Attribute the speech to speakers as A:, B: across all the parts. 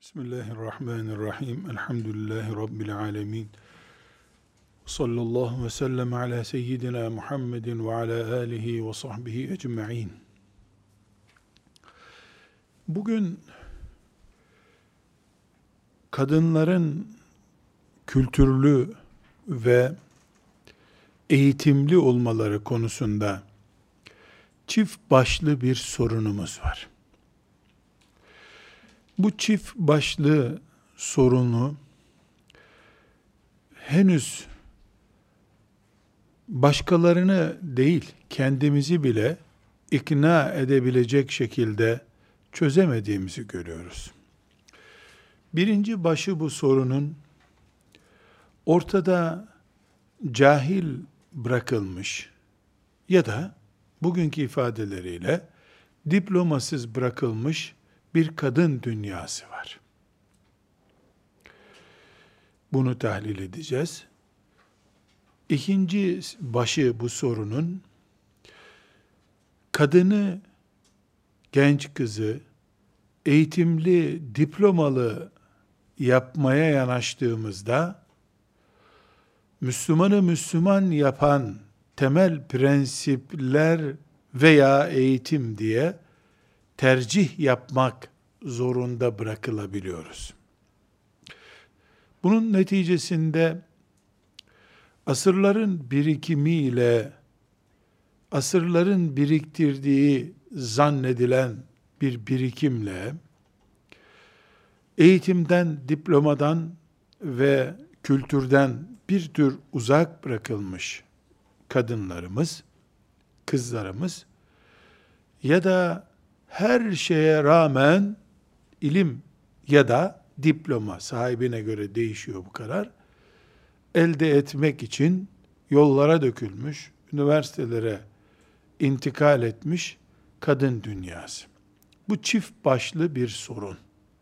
A: Bismillahirrahmanirrahim. Elhamdülillahi Rabbil alemin. Sallallahu ve sellem ala seyyidina Muhammedin ve ala alihi ve sahbihi ecma'in. Bugün kadınların kültürlü ve eğitimli olmaları konusunda çift başlı bir sorunumuz var. Bu çift başlı sorunu henüz başkalarını değil, kendimizi bile ikna edebilecek şekilde çözemediğimizi görüyoruz. Birinci başı bu sorunun ortada cahil bırakılmış ya da bugünkü ifadeleriyle diplomasız bırakılmış bir kadın dünyası var. Bunu tahlil edeceğiz. İkinci başı bu sorunun kadını, genç kızı, eğitimli, diplomalı yapmaya yanaştığımızda Müslümanı Müslüman yapan temel prensipler veya eğitim diye tercih yapmak zorunda bırakılabiliyoruz. Bunun neticesinde asırların birikimiyle, asırların biriktirdiği zannedilen bir birikimle, eğitimden, diplomadan ve kültürden bir tür uzak bırakılmış kadınlarımız, kızlarımız ya da her şeye rağmen ilim ya da diploma, sahibine göre değişiyor bu karar, elde etmek için yollara dökülmüş, üniversitelere intikal etmiş kadın dünyası. Bu çift başlı bir sorun.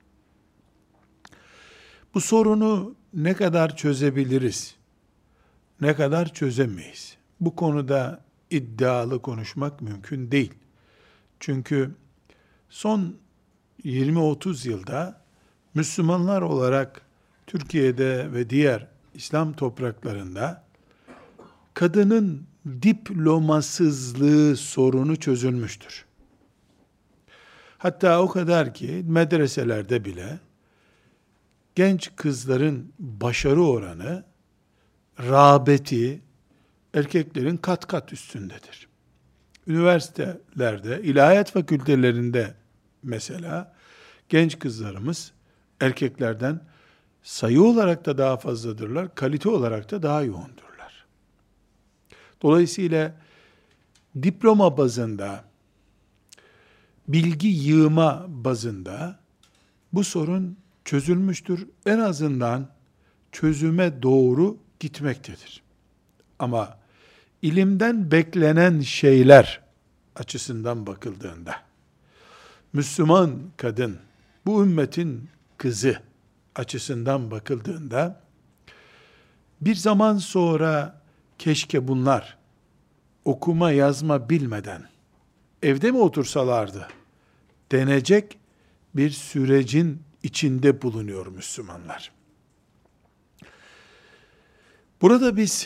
A: Bu sorunu ne kadar çözebiliriz, ne kadar çözemeyiz? Bu konuda iddialı konuşmak mümkün değil. Çünkü son 20-30 yılda Müslümanlar olarak Türkiye'de ve diğer İslam topraklarında kadının diplomasızlığı sorunu çözülmüştür. Hatta o kadar ki medreselerde bile genç kızların başarı oranı, rağbeti erkeklerin kat kat üstündedir. Üniversitelerde, ilahiyat fakültelerinde mesela genç kızlarımız erkeklerden sayı olarak da daha fazladırlar, kalite olarak da daha yoğundurlar. Dolayısıyla diploma bazında, bilgi yığma bazında bu sorun çözülmüştür. En azından çözüme doğru gitmektedir. Ama ilimden beklenen şeyler açısından bakıldığında, Müslüman kadın, bu ümmetin kızı açısından bakıldığında, bir zaman sonra keşke bunlar okuma yazma bilmeden evde mi otursalardı denecek bir sürecin içinde bulunuyor Müslümanlar. Burada biz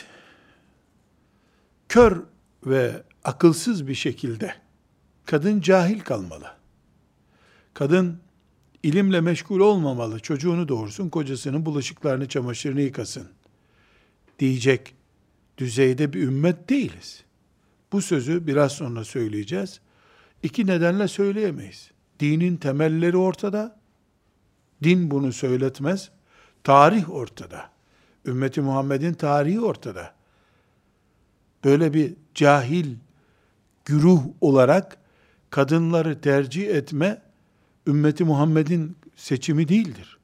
A: kör ve akılsız bir şekilde kadın cahil kalmalı, kadın ilimle meşgul olmamalı, çocuğunu doğursun, kocasının bulaşıklarını, çamaşırını yıkasın diyecek düzeyde bir ümmet değiliz. Bu sözü biraz sonra söyleyeceğiz. İki nedenle söyleyemeyiz. Dinin temelleri ortada, din bunu söyletmez. Tarih ortada. Ümmeti Muhammed'in tarihi ortada. Böyle bir cahil güruh olarak kadınları tercih etme, ümmeti Muhammed'in seçimi değildir.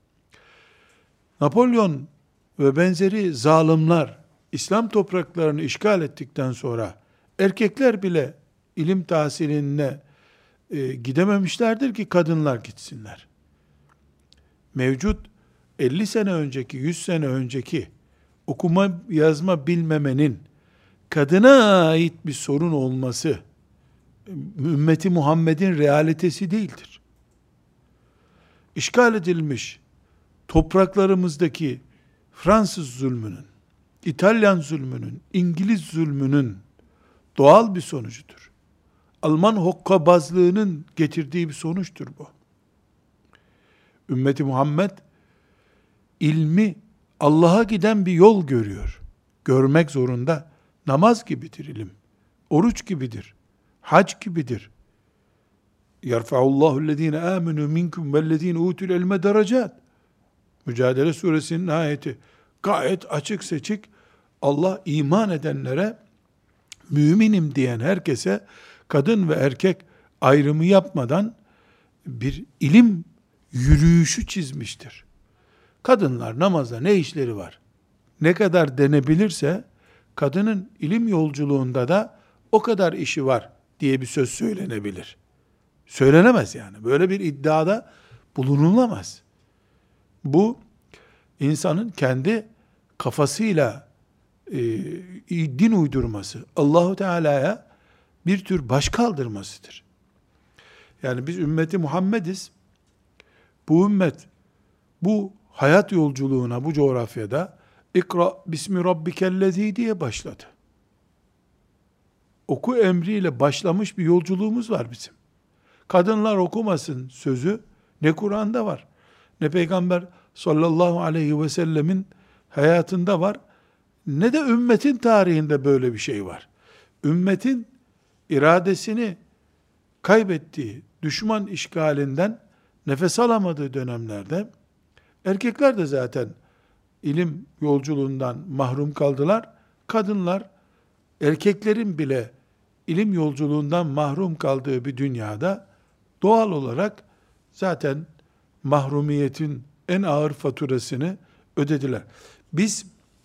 A: Napolyon ve benzeri zalimler İslam topraklarını işgal ettikten sonra erkekler bile ilim tahsiline gidememişlerdir ki kadınlar gitsinler. Mevcut 50 sene önceki, 100 sene önceki okuma yazma bilmemenin kadına ait bir sorun olması ümmeti Muhammed'in realitesi değildir. işgal edilmiş topraklarımızdaki Fransız zulmünün, İtalyan zulmünün, İngiliz zulmünün doğal bir sonucudur. Alman hokkabazlığının getirdiği bir sonuçtur bu. Ümmeti Muhammed ilmi Allah'a giden bir yol görüyor. Görmek zorunda. Namaz gibidir ilim. Oruç gibidir. Hac gibidir. Yerfa'ullahu ellezine amenu minkum vellezine utul ilme derecat. Mücadele suresinin ayeti. Gayet açık seçik. Allah iman edenlere, müminim diyen herkese kadın ve erkek ayrımı yapmadan bir ilim yürüyüşü çizmiştir. Kadınlar namazda ne işleri var? Ne kadar denebilirse kadının ilim yolculuğunda da o kadar işi var diye bir söz söylenebilir. Söylenemez yani. Böyle bir iddiada bulunulamaz. Bu insanın kendi kafasıyla din uydurması, Allahu Teala'ya bir tür baş kaldırmasıdır. Yani biz ümmeti Muhammediz. Bu ümmet bu hayat yolculuğuna bu coğrafyada İkra bismi rabbikellezi diye başladı. Oku emriyle başlamış bir yolculuğumuz var bizim. Kadınlar okumasın sözü ne Kur'an'da var, ne Peygamber sallallahu aleyhi ve sellemin hayatında var, ne de ümmetin tarihinde böyle bir şey var. Ümmetin iradesini kaybettiği, düşman işgalinden nefes alamadığı dönemlerde, erkekler de zaten ilim yolculuğundan mahrum kaldılar. Kadınlar, erkeklerin bile ilim yolculuğundan mahrum kaldığı bir dünyada doğal olarak zaten mahrumiyetin en ağır faturasını ödediler. Biz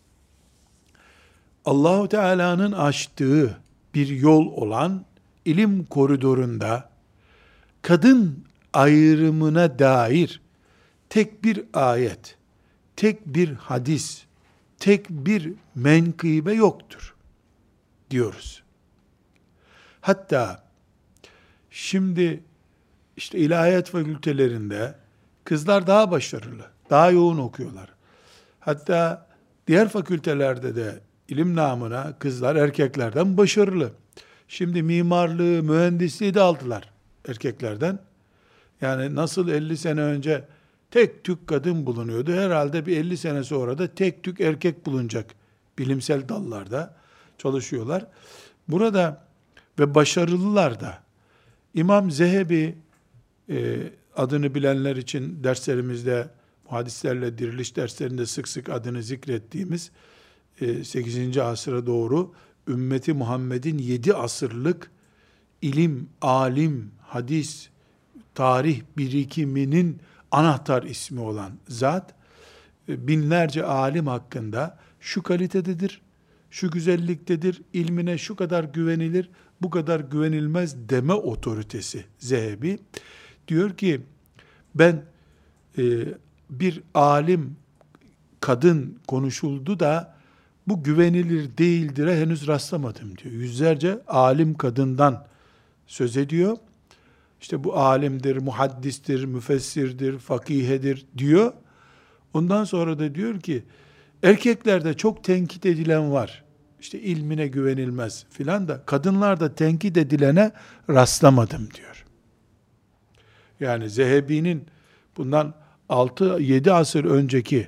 A: Allahu Teala'nın açtığı bir yol olan ilim koridorunda kadın ayrımına dair tek bir ayet, tek bir hadis, tek bir menkıbe yoktur diyoruz. Hatta şimdi işte ilahiyat fakültelerinde kızlar daha başarılı, daha yoğun okuyorlar. Hatta diğer fakültelerde de ilim namına kızlar erkeklerden başarılı. Şimdi mimarlığı, mühendisliği de aldılar erkeklerden. Yani nasıl 50 sene önce tek tük kadın bulunuyordu, herhalde bir 50 sene sonra da tek tük erkek bulunacak bilimsel dallarda çalışıyorlar. Burada ve başarılılar da. İmam Zehebi, adını bilenler için derslerimizde, muhaddislerle diriliş derslerinde sık sık adını zikrettiğimiz 8. asıra doğru ümmeti Muhammed'in 7 asırlık ilim, alim, hadis, tarih birikiminin anahtar ismi olan zat, binlerce alim hakkında şu kalitededir, şu güzelliktedir, ilmine şu kadar güvenilir, bu kadar güvenilmez deme otoritesi Zehebi. Diyor ki, ben bir alim kadın konuşuldu da bu güvenilir değildir'e henüz rastlamadım diyor. Yüzlerce alim kadından söz ediyor. İşte bu alimdir, muhaddistir, müfessirdir, fakihedir diyor. Ondan sonra da diyor ki, erkeklerde çok tenkit edilen var. İşte ilmine güvenilmez filan da, kadınlarda tenkit edilene rastlamadım diyor. Yani Zehebi'nin bundan 6-7 asır önceki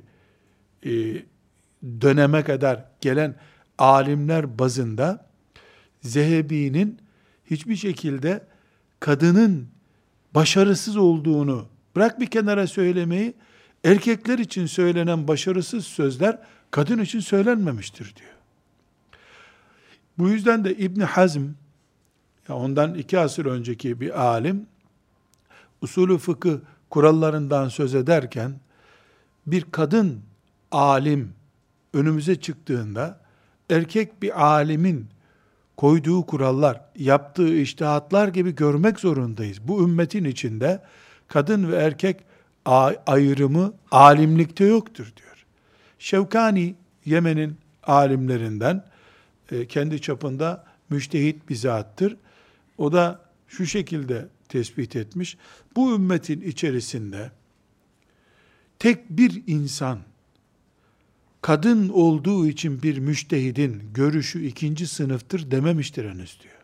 A: döneme kadar gelen alimler bazında Zehebi'nin hiçbir şekilde kadının başarısız olduğunu bırak bir kenara söylemeyi, erkekler için söylenen başarısız sözler kadın için söylenmemiştir diyor. Bu yüzden de İbn Hazm, ondan 2 asır önceki bir alim, usulü fıkıh kurallarından söz ederken, bir kadın alim önümüze çıktığında, erkek bir alimin koyduğu kurallar, yaptığı içtihatlar gibi görmek zorundayız. Bu ümmetin içinde kadın ve erkek ayrımı alimlikte yoktur diyor. Şevkani, Yemen'in alimlerinden, kendi çapında müçtehit bir zattır. O da şu şekilde tespit etmiş: bu ümmetin içerisinde tek bir insan, kadın olduğu için bir müştehidin görüşü ikinci sınıftır dememiştir henüz diyor.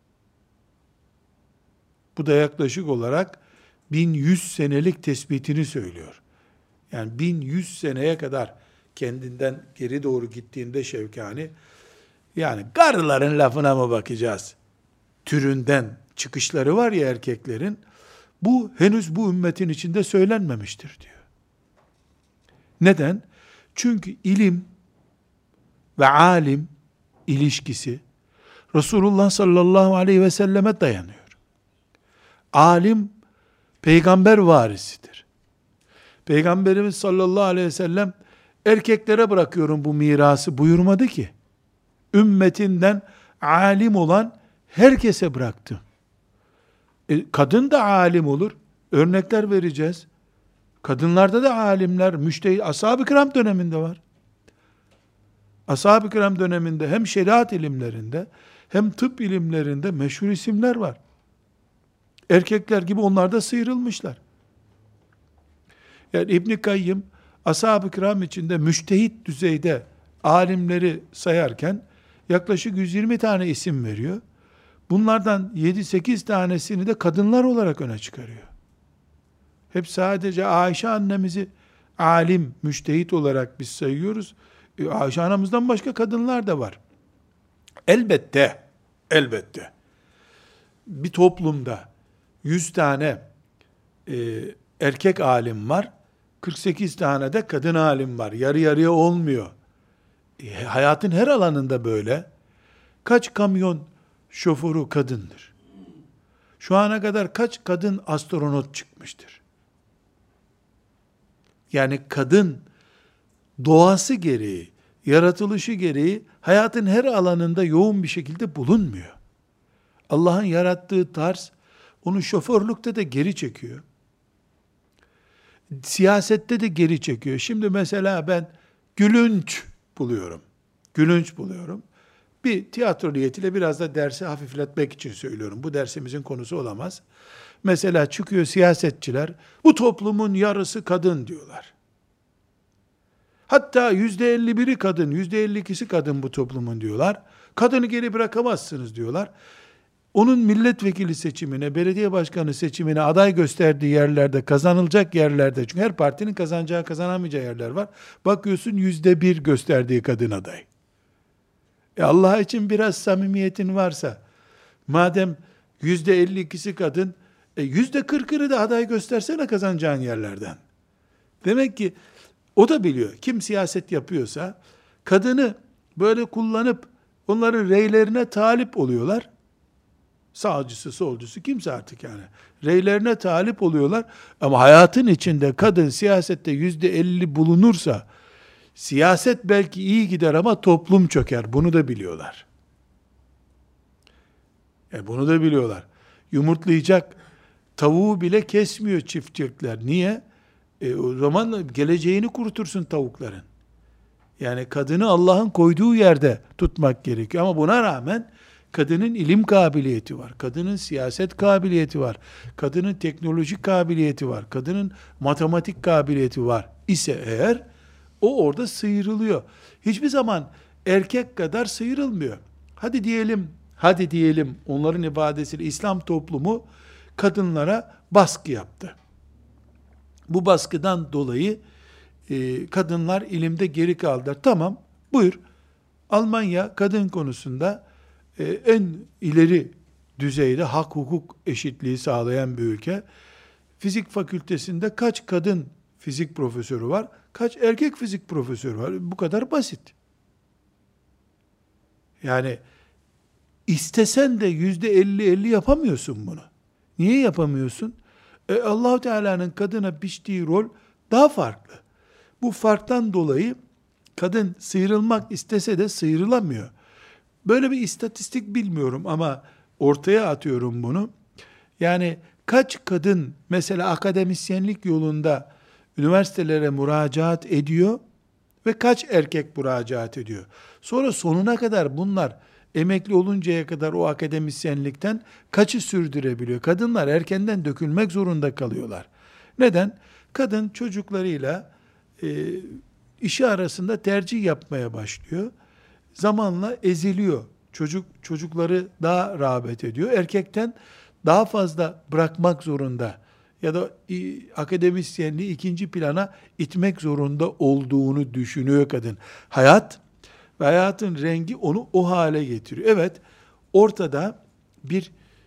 A: Bu da yaklaşık olarak 1100 senelik tespitini söylüyor. Yani 1100 seneye kadar kendinden geri doğru gittiğinde Şevkani, yani karıların lafına mı bakacağız türünden çıkışları var ya erkeklerin, bu henüz bu ümmetin içinde söylenmemiştir diyor. Neden? Çünkü ilim ve alim ilişkisi Resulullah sallallahu aleyhi ve selleme dayanıyor. Alim peygamber varisidir. Peygamberimiz sallallahu aleyhi ve sellem erkeklere bırakıyorum bu mirası buyurmadı ki. Ümmetinden alim olan herkese bıraktı. Kadın da alim olur. Örnekler vereceğiz. Kadınlarda da alimler, müştehid, ashab-ı kiram döneminde var. Ashab-ı kiram döneminde hem şeriat ilimlerinde hem tıp ilimlerinde meşhur isimler var. Erkekler gibi onlar da sıyrılmışlar. Yani İbn Kayyım ashab-ı kiram içinde müştehit düzeyde alimleri sayarken yaklaşık 120 tane isim veriyor. Bunlardan 7-8 tanesini de kadınlar olarak öne çıkarıyor. Hep sadece Ayşe annemizi alim, müştehit olarak biz sayıyoruz. Ayşe annemizden başka kadınlar da var. Elbette bir toplumda 100 tane erkek alim var, 48 tane de kadın alim var. Yarı yarıya olmuyor. Hayatın her alanında böyle. Kaç kamyon şoförü kadındır? Şu ana kadar kaç kadın astronot çıkmıştır? Yani kadın doğası gereği, yaratılışı gereği hayatın her alanında yoğun bir şekilde bulunmuyor. Allah'ın yarattığı tarz onu şoförlükte de geri çekiyor. Siyasette de geri çekiyor. Şimdi mesela ben gülünç buluyorum. Bir tiyatro niyetiyle biraz da dersi hafifletmek için söylüyorum. Bu dersimizin konusu olamaz. Mesela çıkıyor siyasetçiler, bu toplumun yarısı kadın diyorlar. Hatta %51'i kadın, %52'si kadın bu toplumun diyorlar. Kadını geri bırakamazsınız diyorlar. Onun milletvekili seçimine, belediye başkanı seçimine aday gösterdiği yerlerde, kazanılacak yerlerde, çünkü her partinin kazanacağı, kazanamayacağı yerler var. Bakıyorsun %1 gösterdiği kadın aday. Allah için biraz samimiyetin varsa, madem %52'si kadın, %40'ını da aday göstersene kazanacağın yerlerden. Demek ki o da biliyor. Kim siyaset yapıyorsa, kadını böyle kullanıp onların reylerine talip oluyorlar. Sağcısı, solcusu kimse artık yani. Reylerine talip oluyorlar. Ama hayatın içinde kadın siyasette %50 bulunursa, siyaset belki iyi gider ama toplum çöker. Bunu da biliyorlar. Bunu da biliyorlar. Yumurtlayacak tavuğu bile kesmiyor çiftçilikler. Niye? O zaman geleceğini kurutursun tavukların. Yani kadını Allah'ın koyduğu yerde tutmak gerekiyor. Ama buna rağmen kadının ilim kabiliyeti var. Kadının siyaset kabiliyeti var. Kadının teknolojik kabiliyeti var. Kadının matematik kabiliyeti var ise eğer, o orada sıyrılıyor. Hiçbir zaman erkek kadar sıyrılmıyor. Hadi diyelim onların ifadesiyle İslam toplumu kadınlara baskı yaptı. Bu baskıdan dolayı kadınlar ilimde geri kaldılar. Tamam, buyur. Almanya kadın konusunda en ileri düzeyde hak hukuk eşitliği sağlayan bir ülke. Fizik fakültesinde kaç kadın fizik profesörü var? Kaç erkek fizik profesörü var? Bu kadar basit. Yani istesen de %50-50 yapamıyorsun bunu. Niye yapamıyorsun? Allah-u Teala'nın kadına biçtiği rol daha farklı. Bu farktan dolayı kadın sıyrılmak istese de sıyrılamıyor. Böyle bir istatistik bilmiyorum ama ortaya atıyorum bunu. Yani kaç kadın mesela akademisyenlik yolunda üniversitelere müracaat ediyor ve kaç erkek müracaat ediyor? Sonra sonuna kadar bunlar emekli oluncaya kadar o akademisyenlikten kaçı sürdürebiliyor? Kadınlar erkenden dökülmek zorunda kalıyorlar. Neden? Kadın çocuklarıyla işi arasında tercih yapmaya başlıyor. Zamanla eziliyor. Çocukları daha rağbet ediyor. Erkekten daha fazla bırakmak zorunda ya da akademisyenliği ikinci plana itmek zorunda olduğunu düşünüyor kadın. Hayat ve hayatın rengi onu o hale getiriyor. Evet, ortada bir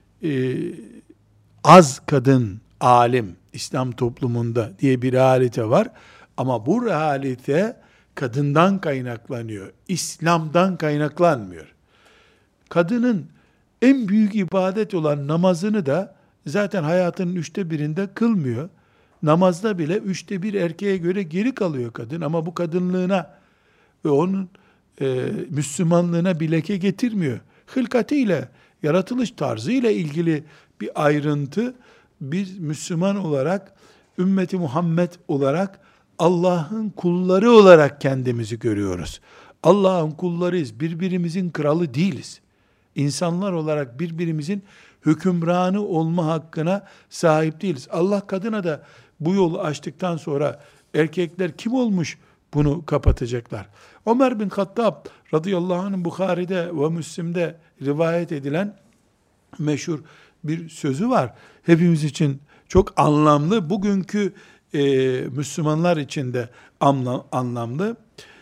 A: az kadın alim İslam toplumunda diye bir realite var. Ama bu realite kadından kaynaklanıyor. İslam'dan kaynaklanmıyor. Kadının en büyük ibadet olan namazını da zaten hayatının 1/3'inde kılmıyor. Namazda bile 1/3 erkeğe göre geri kalıyor kadın. Ama bu kadınlığına ve onun Müslümanlığına bir leke getirmiyor. Hılkatiyle, yaratılış tarzıyla ilgili bir ayrıntı, biz Müslüman olarak, ümmeti Muhammed olarak, Allah'ın kulları olarak kendimizi görüyoruz. Allah'ın kullarıyız, birbirimizin kralı değiliz. İnsanlar olarak birbirimizin hükümranı olma hakkına sahip değiliz. Allah kadına da bu yolu açtıktan sonra erkekler kim olmuş bunu kapatacaklar. Ömer bin Hattab radıyallahu anh'ın Bukhari'de ve Müslim'de rivayet edilen meşhur bir sözü var. Hepimiz için çok anlamlı. Bugünkü Müslümanlar için de anlamlı.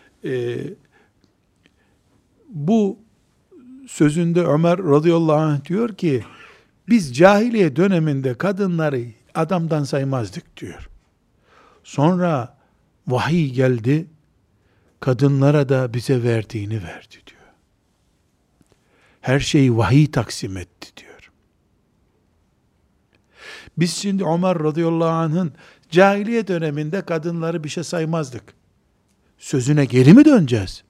A: Bu sözünde Ömer radıyallahu anh diyor ki, biz cahiliye döneminde kadınları adamdan saymazdık diyor. Sonra vahiy geldi, kadınlara da bize verdiğini verdi diyor. Her şeyi vahiy taksim etti diyor. Biz şimdi Ömer radıyallahu anh'ın cahiliye döneminde kadınları bir şey saymazdık. Sözüne geri mi döneceğiz?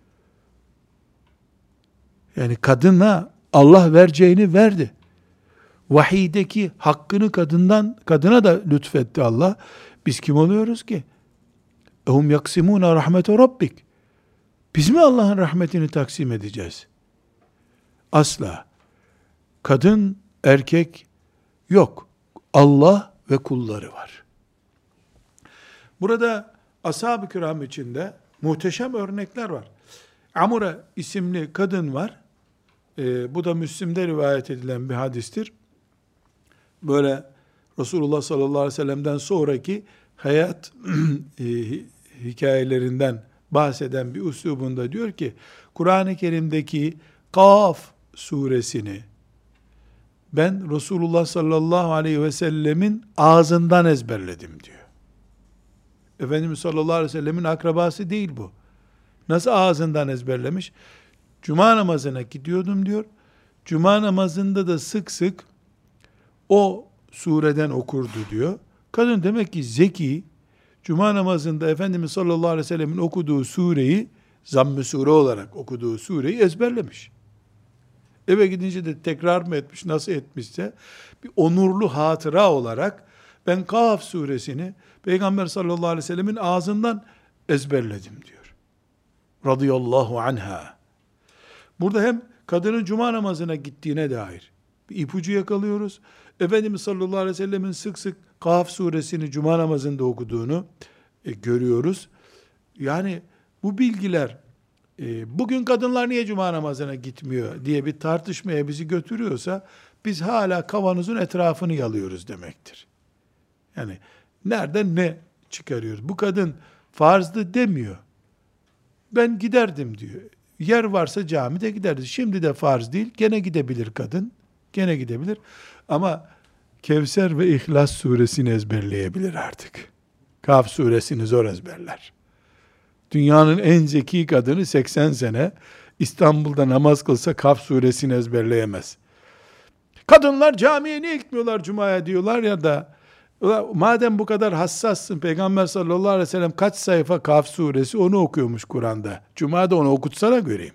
A: Yani kadına Allah vereceğini verdi. Vahiydeki hakkını kadına da lütfetti Allah. Biz kim oluyoruz ki? Ehum yaksimuna rahmete rabbik. Biz mi Allah'ın rahmetini taksim edeceğiz? Asla. Kadın, erkek yok. Allah ve kulları var. Burada ashab-ı kiram içinde muhteşem örnekler var. Amure isimli kadın var. Bu da Müslim'de rivayet edilen bir hadistir. Böyle Resulullah sallallahu aleyhi ve sellem'den sonraki hayat hikayelerinden bahseden bir üslubunda diyor ki, Kur'an-ı Kerim'deki Kaf suresini ben Resulullah sallallahu aleyhi ve sellemin ağzından ezberledim diyor. Efendimiz sallallahu aleyhi ve sellemin akrabası değil bu. Nasıl ağzından ezberlemiş? Cuma namazına gidiyordum diyor. Cuma namazında da sık sık o sureden okurdu diyor. Kadın demek ki zeki, Cuma namazında Efendimiz sallallahu aleyhi ve sellemin okuduğu sureyi, zamm-ı sure olarak okuduğu sureyi ezberlemiş. Eve gidince de tekrar mı etmiş, nasıl etmişse, bir onurlu hatıra olarak ben Kaf suresini Peygamber sallallahu aleyhi ve sellemin ağzından ezberledim diyor. Radıyallahu anha. Burada hem kadının cuma namazına gittiğine dair bir ipucu yakalıyoruz. Efendimiz sallallahu aleyhi ve sellemin sık sık Kaf suresini cuma namazında okuduğunu görüyoruz. Yani bu bilgiler bugün kadınlar niye cuma namazına gitmiyor diye bir tartışmaya bizi götürüyorsa, biz hala kavanozun etrafını yalıyoruz demektir. Yani nereden ne çıkarıyoruz? Bu kadın farzdı demiyor. Ben giderdim diyor. Yer varsa camide giderdi. Şimdi de farz değil. Gene gidebilir kadın. Gene gidebilir. Ama Kevser ve İhlas suresini ezberleyebilir artık. Kaf suresini zor ezberler. Dünyanın en zeki kadını 80 sene İstanbul'da namaz kılsa Kaf suresini ezberleyemez. Kadınlar camiye niye gitmiyorlar cumaya diyorlar ya da, madem bu kadar hassassın, Peygamber sallallahu aleyhi ve sellem kaç sayfa Kaf suresi onu okuyormuş Kur'an'da. Cuma'da onu okutsana göreyim.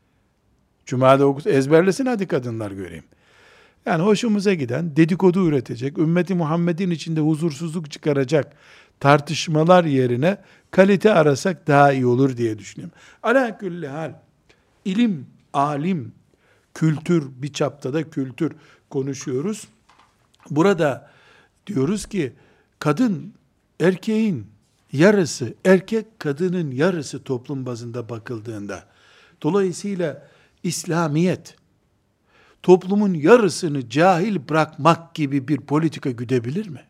A: Cuma'da ezberlesin hadi kadınlar göreyim. Yani hoşumuza giden, dedikodu üretecek, ümmeti Muhammed'in içinde huzursuzluk çıkaracak tartışmalar yerine kalite arasak daha iyi olur diye düşünüyorum. Ala külli hal, ilim, alim, kültür, bir çapta da kültür konuşuyoruz. Burada diyoruz ki, kadın, erkeğin yarısı erkek, kadının yarısı toplum bazında bakıldığında. Dolayısıyla İslamiyet, toplumun yarısını cahil bırakmak gibi bir politika güdebilir mi?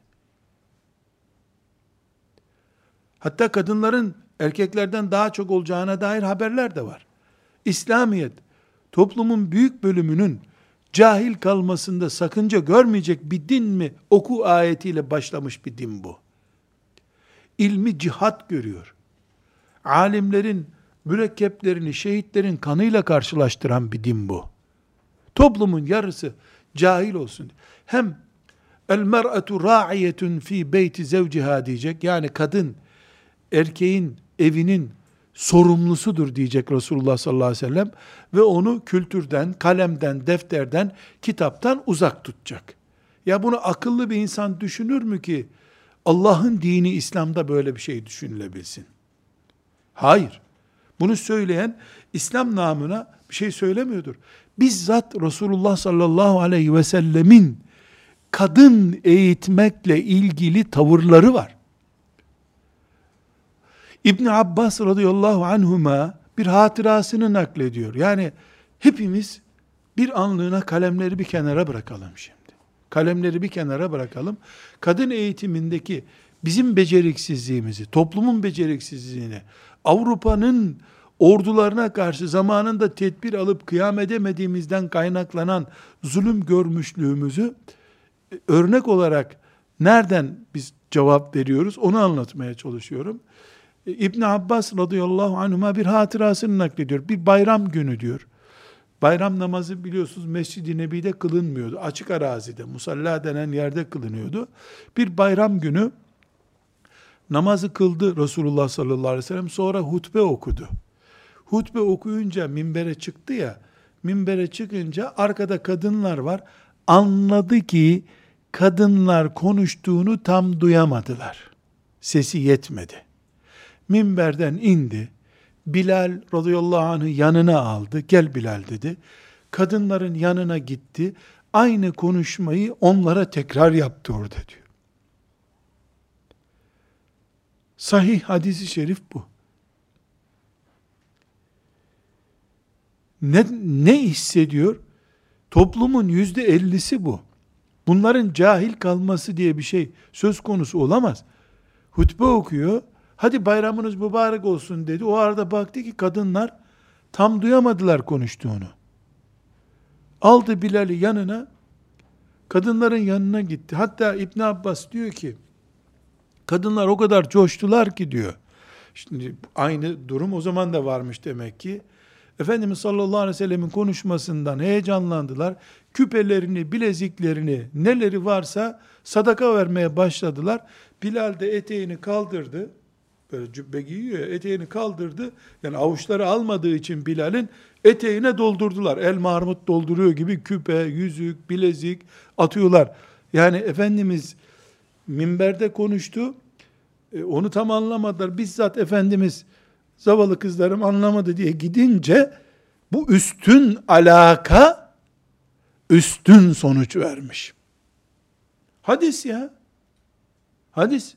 A: Hatta kadınların erkeklerden daha çok olacağına dair haberler de var. İslamiyet, toplumun büyük bölümünün cahil kalmasında sakınca görmeyecek bir din mi? Oku ayetiyle başlamış bir din bu. İlmi cihat görüyor. Alimlerin mürekkeplerini şehitlerin kanıyla karşılaştıran bir din bu. Toplumun yarısı cahil olsun. Hem el mer'atu ra'iyetun fi beyti zevciha diyecek. Yani kadın erkeğin evinin sorumlusudur diyecek Resulullah sallallahu aleyhi ve sellem ve onu kültürden, kalemden, defterden, kitaptan uzak tutacak. Ya bunu akıllı bir insan düşünür mü ki Allah'ın dini İslam'da böyle bir şey düşünülebilsin? Hayır. Bunu söyleyen İslam namına bir şey söylemiyordur. Bizzat Resulullah sallallahu aleyhi ve sellemin kadın eğitmekle ilgili tavırları var. İbn Abbas radıyallahu anhuma bir hatırasını naklediyor. Yani hepimiz bir anlığına kalemleri bir kenara bırakalım şimdi. Kalemleri bir kenara bırakalım. Kadın eğitimindeki bizim beceriksizliğimizi, toplumun beceriksizliğini, Avrupa'nın ordularına karşı zamanında tedbir alıp kıyam edemediğimizden kaynaklanan zulüm görmüşlüğümüzü örnek olarak nereden biz cevap veriyoruz onu anlatmaya çalışıyorum. İbn Abbas radıyallahu anhuma bir hatırasını naklediyor. Bir bayram günü diyor. Bayram namazı biliyorsunuz Mescid-i Nebi'de kılınmıyordu. Açık arazide, musalla denen yerde kılınıyordu. Bir bayram günü namazı kıldı Resulullah sallallahu aleyhi ve sellem. Sonra hutbe okudu. Hutbe okuyunca minbere çıktı ya, minbere çıkınca arkada kadınlar var. Anladı ki kadınlar konuştuğunu tam duyamadılar. Sesi yetmedi. Minberden indi. Bilal radıyallahu anh'ı yanına aldı. Gel Bilal dedi. Kadınların yanına gitti. Aynı konuşmayı onlara tekrar yaptı orada diyor. Sahih hadisi şerif bu. Ne hissediyor? Toplumun %50'si bu. Bunların cahil kalması diye bir şey söz konusu olamaz. Hutbe okuyor. Hadi bayramınız mübarek olsun dedi. O arada baktı ki kadınlar tam duyamadılar konuştuğunu. Aldı Bilal'i yanına, kadınların yanına gitti. Hatta İbn Abbas diyor ki, kadınlar o kadar coştular ki diyor. Şimdi aynı durum o zaman da varmış demek ki. Efendimiz sallallahu aleyhi ve sellemin konuşmasından heyecanlandılar. Küpelerini, bileziklerini, neleri varsa sadaka vermeye başladılar. Bilal de eteğini kaldırdı. Böyle cübbe giyiyor ya, eteğini kaldırdı. Yani avuçları almadığı için Bilal'in eteğine doldurdular. Elma armut dolduruyor gibi küpe, yüzük, bilezik atıyorlar. Yani Efendimiz minberde konuştu. Onu tam anlamadılar. Bizzat Efendimiz zavallı kızlarım anlamadı diye gidince bu üstün alaka üstün sonuç vermiş. Hadis ya. Hadis.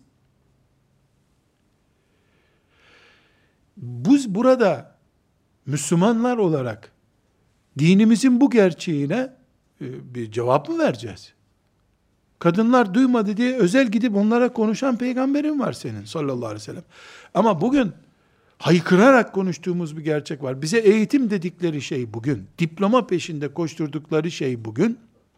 A: Biz burada Müslümanlar olarak dinimizin bu gerçeğine bir cevap mı vereceğiz? Kadınlar duymadı diye özel gidip onlara konuşan peygamberin var senin sallallahu aleyhi ve sellem. Ama bugün haykırarak konuştuğumuz bir gerçek var. Bize eğitim dedikleri şey bugün, diploma peşinde koşturdukları şey bugün,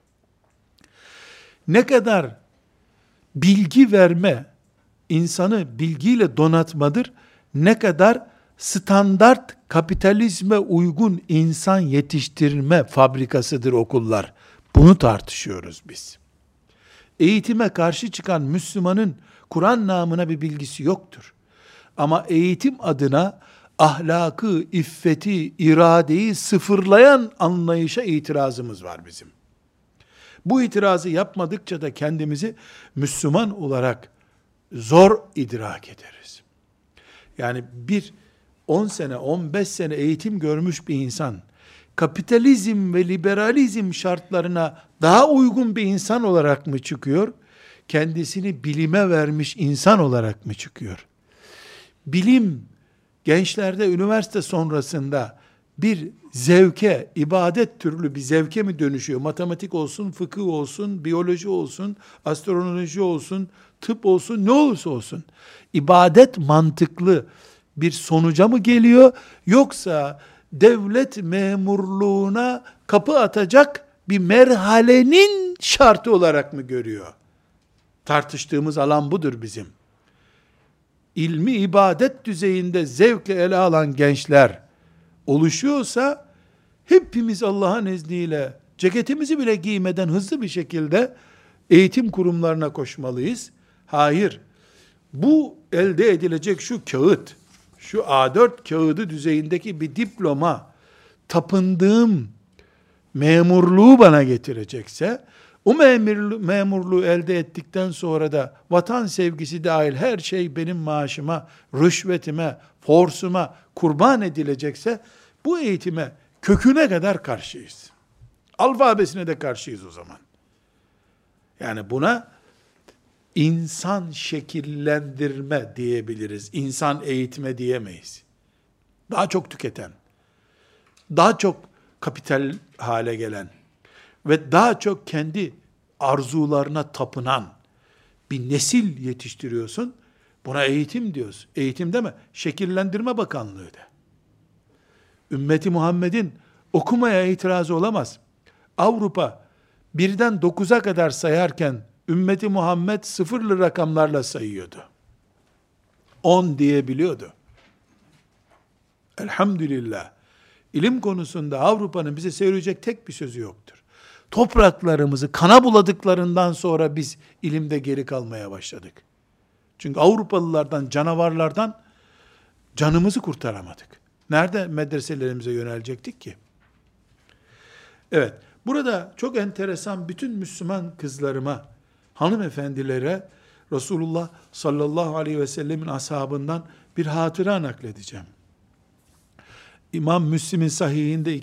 A: ne kadar bilgi verme, insanı bilgiyle donatmadır, ne kadar standart kapitalizme uygun insan yetiştirme fabrikasıdır okullar. Bunu tartışıyoruz biz. Eğitime karşı çıkan Müslümanın Kur'an namına bir bilgisi yoktur. Ama eğitim adına ahlakı, iffeti, iradeyi sıfırlayan anlayışa itirazımız var bizim. Bu itirazı yapmadıkça da kendimizi Müslüman olarak zor idrak ederiz. Yani 10 sene, 15 sene eğitim görmüş bir insan, kapitalizm ve liberalizm şartlarına daha uygun bir insan olarak mı çıkıyor? Kendisini bilime vermiş insan olarak mı çıkıyor? bilim gençlerde üniversite sonrasında bir zevke, ibadet türlü bir zevke mi dönüşüyor? Matematik olsun, fıkıh olsun, biyoloji olsun, astroloji olsun, tıp olsun, ne olursa olsun. İbadet mantıklı bir sonuca mı geliyor? Yoksa devlet memurluğuna kapı atacak bir merhalenin şartı olarak mı görüyor? Tartıştığımız alan budur bizim. İlmi ibadet düzeyinde zevkle ele alan gençler oluşuyorsa, hepimiz Allah'ın izniyle ceketimizi bile giymeden hızlı bir şekilde eğitim kurumlarına koşmalıyız. Hayır, bu elde edilecek şu kağıt, şu A4 kağıdı düzeyindeki bir diploma, tapındığım memurluğu bana getirecekse, o memurluğu elde ettikten sonra da vatan sevgisi dahil her şey benim maaşıma, rüşvetime, forsuma kurban edilecekse, bu eğitime köküne kadar karşıyız. Alfabesine de karşıyız o zaman. Yani buna insan şekillendirme diyebiliriz. İnsan eğitme diyemeyiz. Daha çok tüketen, daha çok kapital hale gelen ve daha çok kendi arzularına tapınan bir nesil yetiştiriyorsun. Buna eğitim diyoruz. Eğitim deme, Şekillendirme Bakanlığı de. Ümmeti Muhammed'in okumaya itirazı olamaz. Avrupa birden 9'a kadar sayarken ümmeti Muhammed sıfırlı rakamlarla sayıyordu. 10 diyebiliyordu. Elhamdülillah. İlim konusunda Avrupa'nın bize söyleyecek tek bir sözü yoktur. Topraklarımızı kana buladıklarından sonra biz ilimde geri kalmaya başladık. Çünkü Avrupalılardan, canavarlardan canımızı kurtaramadık. Nerede medreselerimize yönelecektik ki? Evet, burada çok enteresan, bütün Müslüman kızlarıma, hanımefendilere Resulullah sallallahu aleyhi ve sellemin ashabından bir hatıra nakledeceğim. İmam Müslim'in sahihinde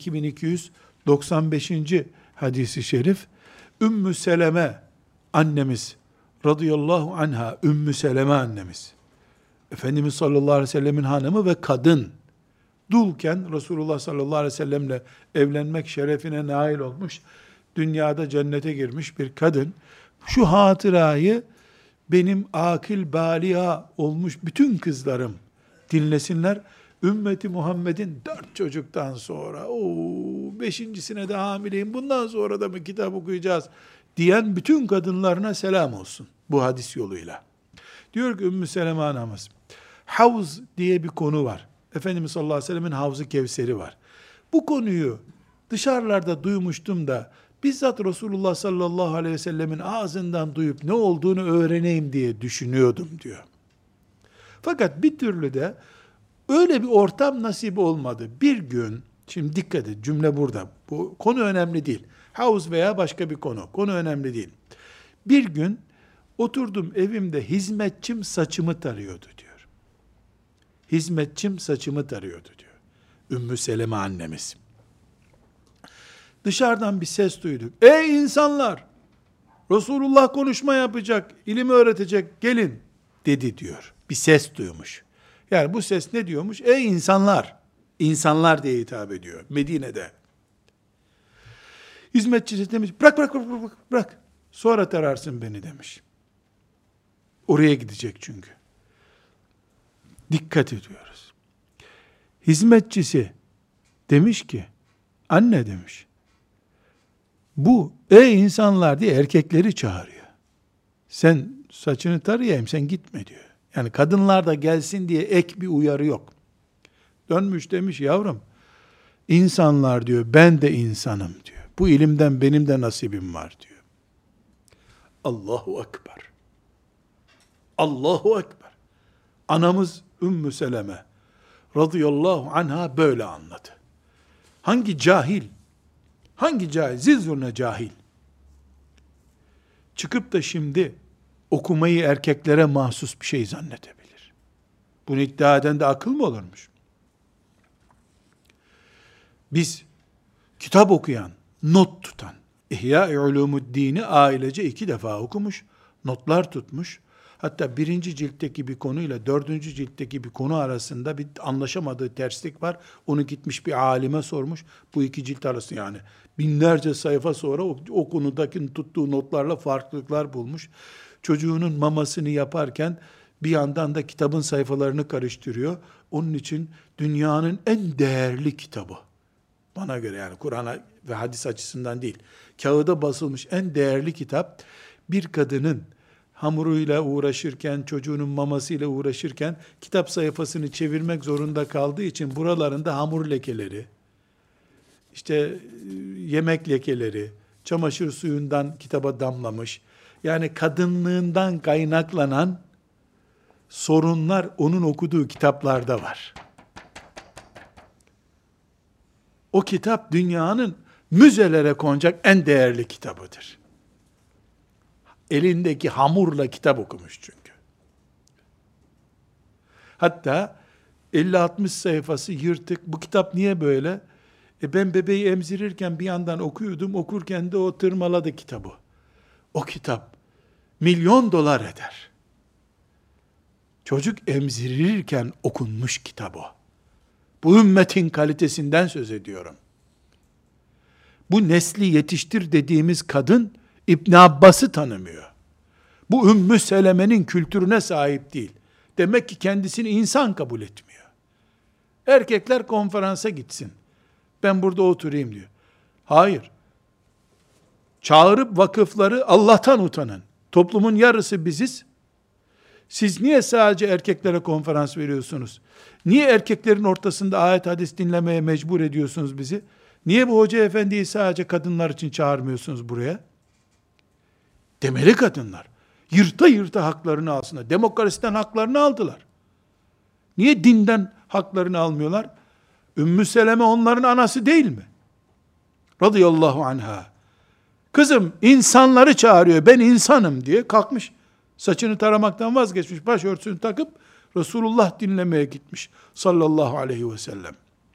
A: 2295. hadisi şerif, Ümmü Seleme annemiz radıyallahu anha, Ümmü Seleme annemiz, Efendimiz sallallahu aleyhi ve sellemin hanımı ve kadın, dulken Resulullah sallallahu aleyhi ve sellemle evlenmek şerefine nail olmuş, dünyada cennete girmiş bir kadın, şu hatırayı benim akil baliha olmuş bütün kızlarım dinlesinler. Ümmeti Muhammed'in 4 çocuktan sonra, 5.'sine de hamileyim, bundan sonra da mı kitap okuyacağız diyen bütün kadınlarına selam olsun bu hadis yoluyla. Diyor ki Ümmü Seleme anamız, havz diye bir konu var. Efendimiz sallallahu aleyhi ve sellemin Havz-ı Kevser'i var. Bu konuyu dışarılarda duymuştum da bizzat Resulullah sallallahu aleyhi ve sellemin ağzından duyup ne olduğunu öğreneyim diye düşünüyordum diyor. Fakat bir türlü de öyle bir ortam nasip olmadı. Bir gün, şimdi dikkat et, cümle burada. Bu konu önemli değil. Havuz veya başka bir konu. Konu önemli değil. Bir gün oturdum evimde, hizmetçim saçımı tarıyordu diyor. Hizmetçim saçımı tarıyordu diyor. Ümmü Seleme annemiz. Dışarıdan bir ses duyduk. Ey insanlar! Resulullah konuşma yapacak, ilim öğretecek, gelin dedi diyor. Bir ses duymuş. Yani bu ses ne diyormuş? Ey insanlar! İnsanlar diye hitap ediyor Medine'de. Hizmetçi demiş, bırak. Sonra tararsın beni demiş. Oraya gidecek çünkü. Dikkat ediyoruz. Hizmetçisi demiş ki, anne demiş, bu ey insanlar diye erkekleri çağırıyor. Sen saçını tarayayım, sen gitme diyor. Yani kadınlar da gelsin diye ek bir uyarı yok. Dönmüş demiş, yavrum, insanlar diyor, ben de insanım diyor. Bu ilimden benim de nasibim var diyor. Allahu Ekber. Allahu Ekber. Anamız Ümmü Seleme radıyallahu anha böyle anladı. Hangi cahil, zilzurna cahil, çıkıp da şimdi okumayı erkeklere mahsus bir şey zannedebilir? Bunu iddia eden de akıl mı olurmuş? Biz kitap okuyan, not tutan, İhya-i Ulumuddin'i ailece 2 defa okumuş, notlar tutmuş, Hatta birinci ciltteki bir konuyla dördüncü ciltteki bir konu arasında bir anlaşamadığı terslik var. Onu gitmiş bir alime sormuş. Bu iki cilt arası yani. Binlerce sayfa sonra o konudaki tuttuğu notlarla farklılıklar bulmuş. Çocuğunun mamasını yaparken bir yandan da kitabın sayfalarını karıştırıyor. Onun için dünyanın en değerli kitabı. Bana göre yani Kur'an'a ve hadis açısından değil. Kağıda basılmış en değerli kitap bir kadının hamuruyla uğraşırken, çocuğunun mamasıyla uğraşırken kitap sayfasını çevirmek zorunda kaldığı için buralarında hamur lekeleri, işte yemek lekeleri, çamaşır suyundan kitaba damlamış. Yani kadınlığından kaynaklanan sorunlar onun okuduğu kitaplarda var. O kitap dünyanın müzelere konacak en değerli kitabıdır. Elindeki hamurla kitap okumuş çünkü. Hatta 50-60 sayfası yırtık. Bu kitap niye böyle? Ben bebeği emzirirken bir yandan okuyordum. Okurken de o tırmaladı kitabı. O kitap $1.000.000 eder. Çocuk emzirirken okunmuş kitap o. Bu ümmetin kalitesinden söz ediyorum. Bu nesli yetiştir dediğimiz kadın İbn Abbas'ı tanımıyor. Bu Ümmü Seleme'nin kültürüne sahip değil. Demek ki kendisini insan kabul etmiyor. Erkekler konferansa gitsin. Ben burada oturayım diyor. Hayır. Çağırıp vakıfları Allah'tan utanın. Toplumun yarısı biziz. Siz niye sadece erkeklere konferans veriyorsunuz? Niye erkeklerin ortasında ayet hadis dinlemeye mecbur ediyorsunuz bizi? Niye bu hoca efendiyi sadece kadınlar için çağırmıyorsunuz buraya? Demeli kadınlar. Yırta yırta haklarını alsınlar. Demokrasiden haklarını aldılar. Niye dinden haklarını almıyorlar? Ümmü Seleme onların anası değil mi? Radıyallahu anha. Kızım insanları çağırıyor, ben insanım diye kalkmış. Saçını taramaktan vazgeçmiş, başörtüsünü takıp Resulullah dinlemeye gitmiş sallallahu aleyhi ve sellem.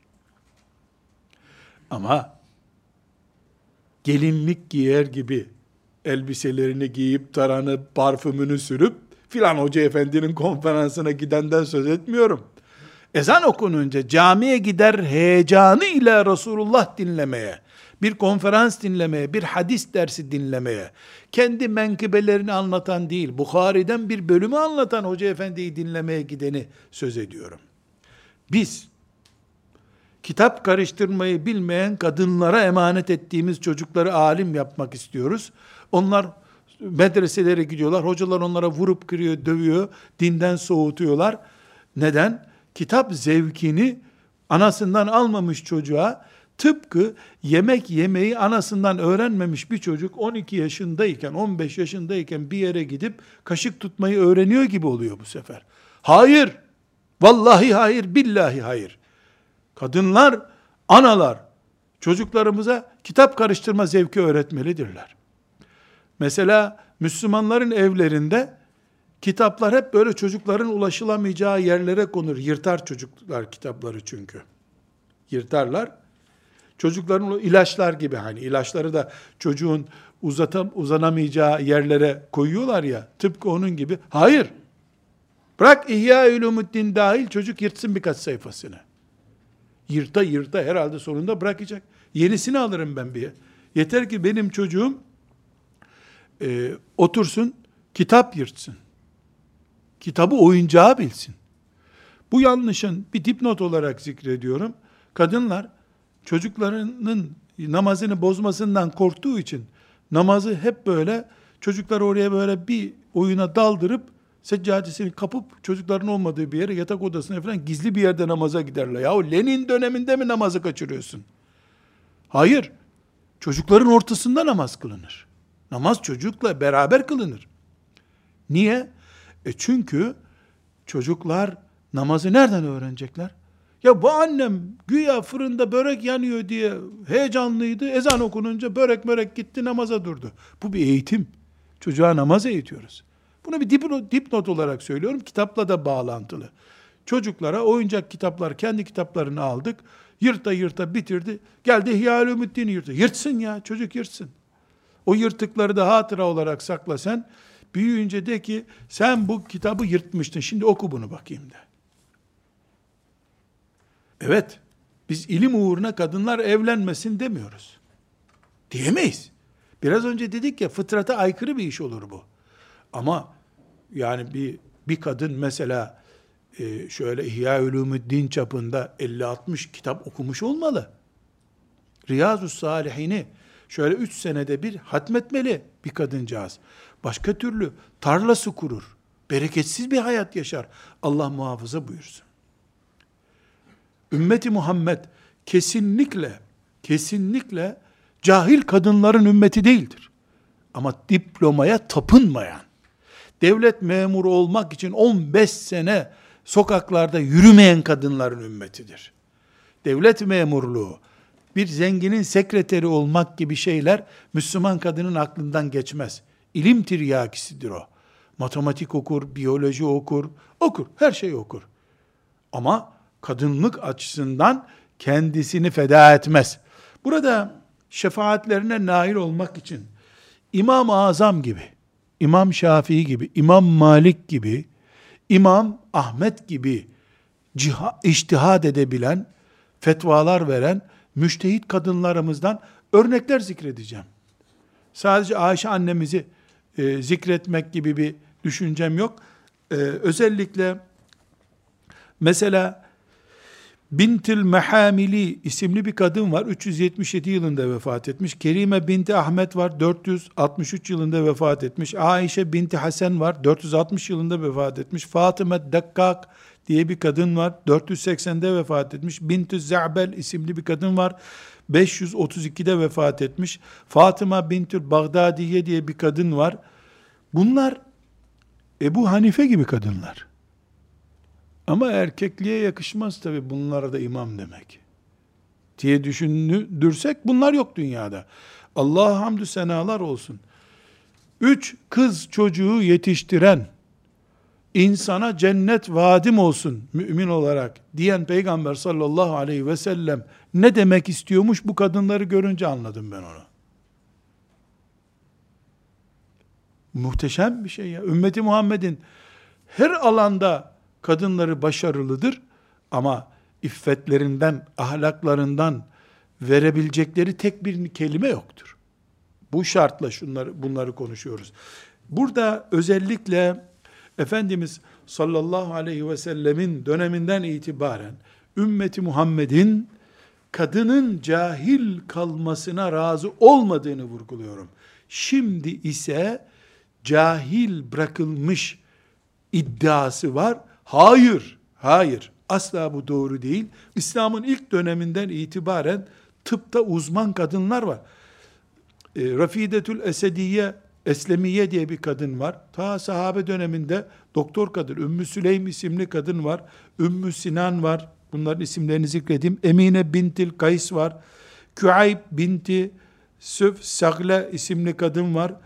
A: Ama gelinlik giyer gibi elbiselerini giyip taranıp parfümünü sürüp filan hoca efendinin konferansına gidenden söz etmiyorum. Ezan okununca camiye gider heyecanı ile Resulullah dinlemeye, bir konferans dinlemeye, bir hadis dersi dinlemeye, kendi menkıbelerini anlatan değil, Bukhari'den bir bölümü anlatan hoca efendiyi dinlemeye gideni söz ediyorum. Biz, kitap karıştırmayı bilmeyen kadınlara emanet ettiğimiz çocukları alim yapmak istiyoruz. Onlar medreselere gidiyorlar, hocalar onlara vurup kırıyor, dövüyor, dinden soğutuyorlar. Neden? Kitap zevkini anasından almamış çocuğa, tıpkı yemek yemeyi anasından öğrenmemiş bir çocuk 12 yaşındayken, 15 yaşındayken bir yere gidip kaşık tutmayı öğreniyor gibi oluyor bu sefer. Hayır, vallahi hayır, billahi hayır. Kadınlar, analar, çocuklarımıza kitap karıştırma zevki öğretmelidirler. Mesela Müslümanların evlerinde kitaplar hep böyle çocukların ulaşılamayacağı yerlere konur. Yırtar çocuklar kitapları çünkü. Yırtarlar. Çocukların ilaçlar gibi, hani ilaçları da çocuğun uzanamayacağı yerlere koyuyorlar ya, tıpkı onun gibi. Hayır. Bırak İhya Ulumuddin dahil çocuk yırtsın birkaç sayfasını. Yırta yırta herhalde sonunda bırakacak. Yenisini alırım ben bir. Yeter ki benim çocuğum otursun, kitap yırtsın. Kitabı oyuncağı bilsin. Bu yanlışın bir dipnot olarak zikrediyorum. Kadınlar çocuklarının namazını bozmasından korktuğu için namazı hep böyle çocukları oraya böyle bir oyuna daldırıp seccadesini kapıp çocukların olmadığı bir yere, yatak odasına falan gizli bir yerde namaza giderler. Yahu Lenin döneminde mi namazı kaçırıyorsun? Hayır. Çocukların ortasında namaz kılınır. Namaz çocukla beraber kılınır. Niye? Çünkü çocuklar namazı nereden öğrenecekler? Ya bu annem güya fırında börek yanıyor diye heyecanlıydı. Ezan okununca börek gitti, namaza durdu. Bu bir eğitim. Çocuğa namaz eğitiyoruz. Bunu bir dipnot olarak söylüyorum. Kitapla da bağlantılı. Çocuklara oyuncak kitaplar, kendi kitaplarını aldık. Yırta yırta bitirdi. Geldi İhya Ulumuddin'i yırttı. Yırtsın ya, çocuk yırtsın. O yırtıkları da hatıra olarak sakla sen. Büyüyünce de ki sen bu kitabı yırtmıştın, şimdi oku bunu bakayım de. Evet, biz ilim uğruna kadınlar evlenmesin demiyoruz. Diyemeyiz. Biraz önce dedik ya, fıtrata aykırı bir iş olur bu. Ama yani bir kadın mesela şöyle İhya-ül-Ulûmü'd-Din çapında 50-60 kitap okumuş olmalı. Riyazu-s-Sâlihîn'i şöyle 3 senede bir hatmetmeli bir kadıncağız. Başka türlü tarlası kurur. Bereketsiz bir hayat yaşar. Allah muhafaza buyursun. Ümmeti Muhammed kesinlikle cahil kadınların ümmeti değildir. Ama diplomaya tapınmayan, devlet memuru olmak için 15 sene sokaklarda yürümeyen kadınların ümmetidir. Devlet memurluğu, bir zenginin sekreteri olmak gibi şeyler Müslüman kadının aklından geçmez. İlim tiryakisidir o. Matematik okur, biyoloji okur, her şeyi okur. Ama kadınlık açısından kendisini feda etmez. Burada şefaatlerine nail olmak için İmam-ı Azam gibi, İmam Şafii gibi, İmam Malik gibi, İmam Ahmet gibi içtihad edebilen, fetvalar veren müçtehit kadınlarımızdan örnekler zikredeceğim. Sadece Ayşe annemizi zikretmek gibi bir düşüncem yok. Özellikle mesela Bintil Mehamili isimli bir kadın var. 377 yılında vefat etmiş. Kerime binti Ahmet var. 463 yılında vefat etmiş. Ayşe binti Hasan var. 460 yılında vefat etmiş. Fatıma Dakkak diye bir kadın var. 480'de vefat etmiş. Bintü Za'bel isimli bir kadın var. 532'de vefat etmiş. Fatıma bintül Bağdadiye diye bir kadın var. Bunlar Ebu Hanife gibi kadınlar. Ama erkekliğe yakışmaz tabi bunlara da imam demek diye düşündürsek bunlar yok dünyada. Allah'a hamdü senalar olsun. 3 kız çocuğu yetiştiren, insana cennet vaadim olsun mümin olarak diyen Peygamber sallallahu aleyhi ve sellem ne demek istiyormuş, bu kadınları görünce anladım ben onu. Muhteşem bir şey ya. Ümmeti Muhammed'in her alanda kadınları başarılıdır ama iffetlerinden, ahlaklarından verebilecekleri tek bir kelime yoktur. Bu şartla bunları konuşuyoruz. Burada özellikle Efendimiz sallallahu aleyhi ve sellemin döneminden itibaren ümmeti Muhammed'in kadının cahil kalmasına razı olmadığını vurguluyorum. Şimdi ise cahil bırakılmış iddiası var. Hayır, asla bu doğru değil. İslam'ın ilk döneminden itibaren tıpta uzman kadınlar var. Rafidetül Eslemiye diye bir kadın var. Ta sahabe döneminde doktor kadın, Ümmü Süleym isimli kadın var. Ümmü Sinan var. Bunların isimlerini zikredeyim. Emine bintil Kays var. Küayb binti Süf Sagle isimli kadın var.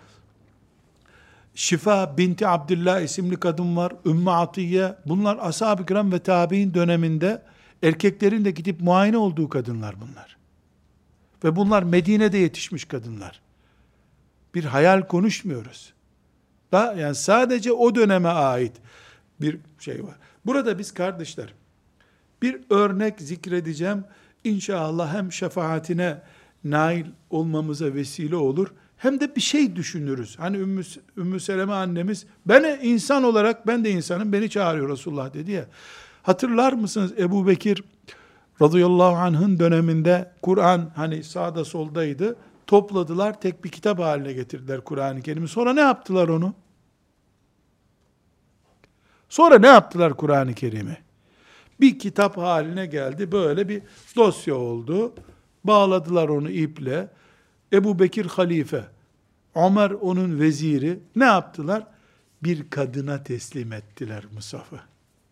A: Şifa binti Abdullah isimli kadın var. Ümmü Atiye. Bunlar ashab-ı kiram ve tabi'in döneminde erkeklerin de gidip muayene olduğu kadınlar bunlar. Ve bunlar Medine'de yetişmiş kadınlar. Bir hayal konuşmuyoruz. Yani sadece o döneme ait bir şey var. Burada biz kardeşler bir örnek zikredeceğim. İnşallah hem şefaatine nail olmamıza vesile olur, hem de bir şey düşünürüz. Hani Ümmü Seleme annemiz, ben insan olarak, ben de insanım, beni çağırıyor Resulullah dedi ya. Hatırlar mısınız Ebu Bekir radıyallahu anh'ın döneminde Kur'an hani sağda soldaydı. Topladılar, tek bir kitap haline getirdiler Kur'an-ı Kerim'i. Sonra ne yaptılar onu? Sonra ne yaptılar Kur'an-ı Kerim'i? Bir kitap haline geldi, böyle bir dosya oldu. Bağladılar onu iple. Ebu Bekir halife, Ömer onun veziri. Ne yaptılar? Bir kadına teslim ettiler Musaf'ı.